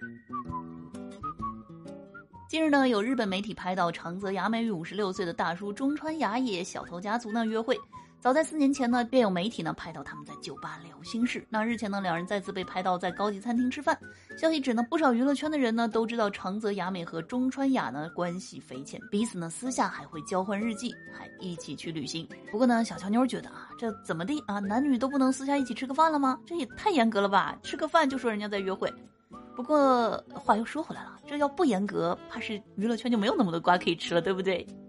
近日呢，有日本媒体拍到长泽雅美与56岁的大叔中川雅也小偷家族呢约会。早在4年前呢，便有媒体呢拍到他们在酒吧聊心事。那日前呢，两人再次被拍到在高级餐厅吃饭。消息指呢，不少娱乐圈的人呢都知道长泽雅美和中川雅呢关系匪浅，彼此呢私下还会交换日记，还一起去旅行。不过呢，小乔妞觉得啊，这怎么地啊，男女都不能私下一起吃个饭了吗？这也太严格了吧！吃个饭就说人家在约会。不过话又说回来了，这要不严格，怕是娱乐圈就没有那么多瓜可以吃了，对不对？